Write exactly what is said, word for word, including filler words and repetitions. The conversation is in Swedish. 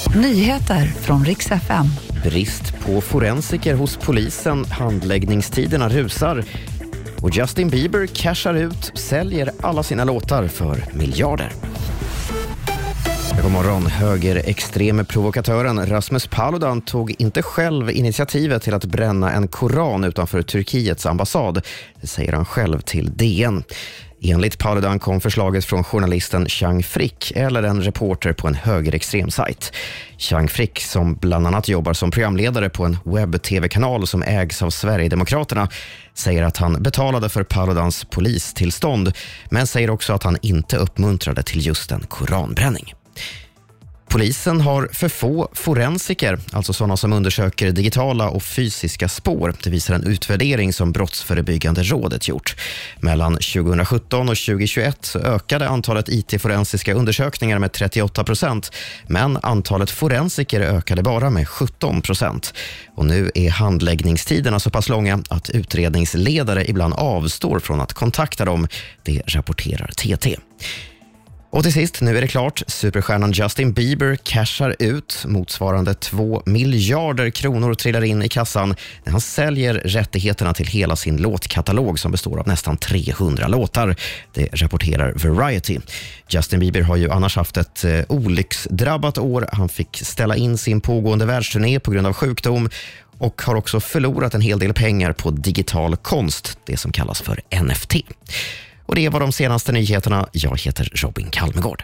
Nyheter från Rix F M. Brist på forensiker hos polisen, handläggningstiderna rusar och Justin Bieber cashar ut, säljer alla sina låtar för miljarder. God morgon. Högerextreme provokatören Rasmus Paludan tog inte själv initiativet till att bränna en koran utanför Turkiets ambassad. Det säger han själv till D N. Enligt Paludan kom förslaget från journalisten Chang Frick, eller en reporter på en högerextrem sajt. Chang Frick, som bland annat jobbar som programledare på en webb-tv-kanal som ägs av Sverigedemokraterna, säger att han betalade för Paludans polistillstånd, men säger också att han inte uppmuntrade till just en koranbränning. Polisen har för få forensiker, alltså sådana som undersöker digitala och fysiska spår. Det visar en utvärdering som Brottsförebyggande rådet gjort. Mellan tjugosjutton och tjugohundratjugoett så ökade antalet I T-forensiska undersökningar med trettioåtta procent, men antalet forensiker ökade bara med sjutton procent. Och nu är handläggningstiderna så pass långa att utredningsledare ibland avstår från att kontakta dem. Det rapporterar T T. Och till sist, nu är det klart. Superstjärnan Justin Bieber cashar ut. Motsvarande två miljarder kronor trillar in i kassan när han säljer rättigheterna till hela sin låtkatalog som består av nästan trehundra låtar. Det rapporterar Variety. Justin Bieber har ju annars haft ett eh, olycksdrabbat år. Han fick ställa in sin pågående världsturné på grund av sjukdom och har också förlorat en hel del pengar på digital konst, det som kallas för N F T. Och det var de senaste nyheterna. Jag heter Robin Kalmegård.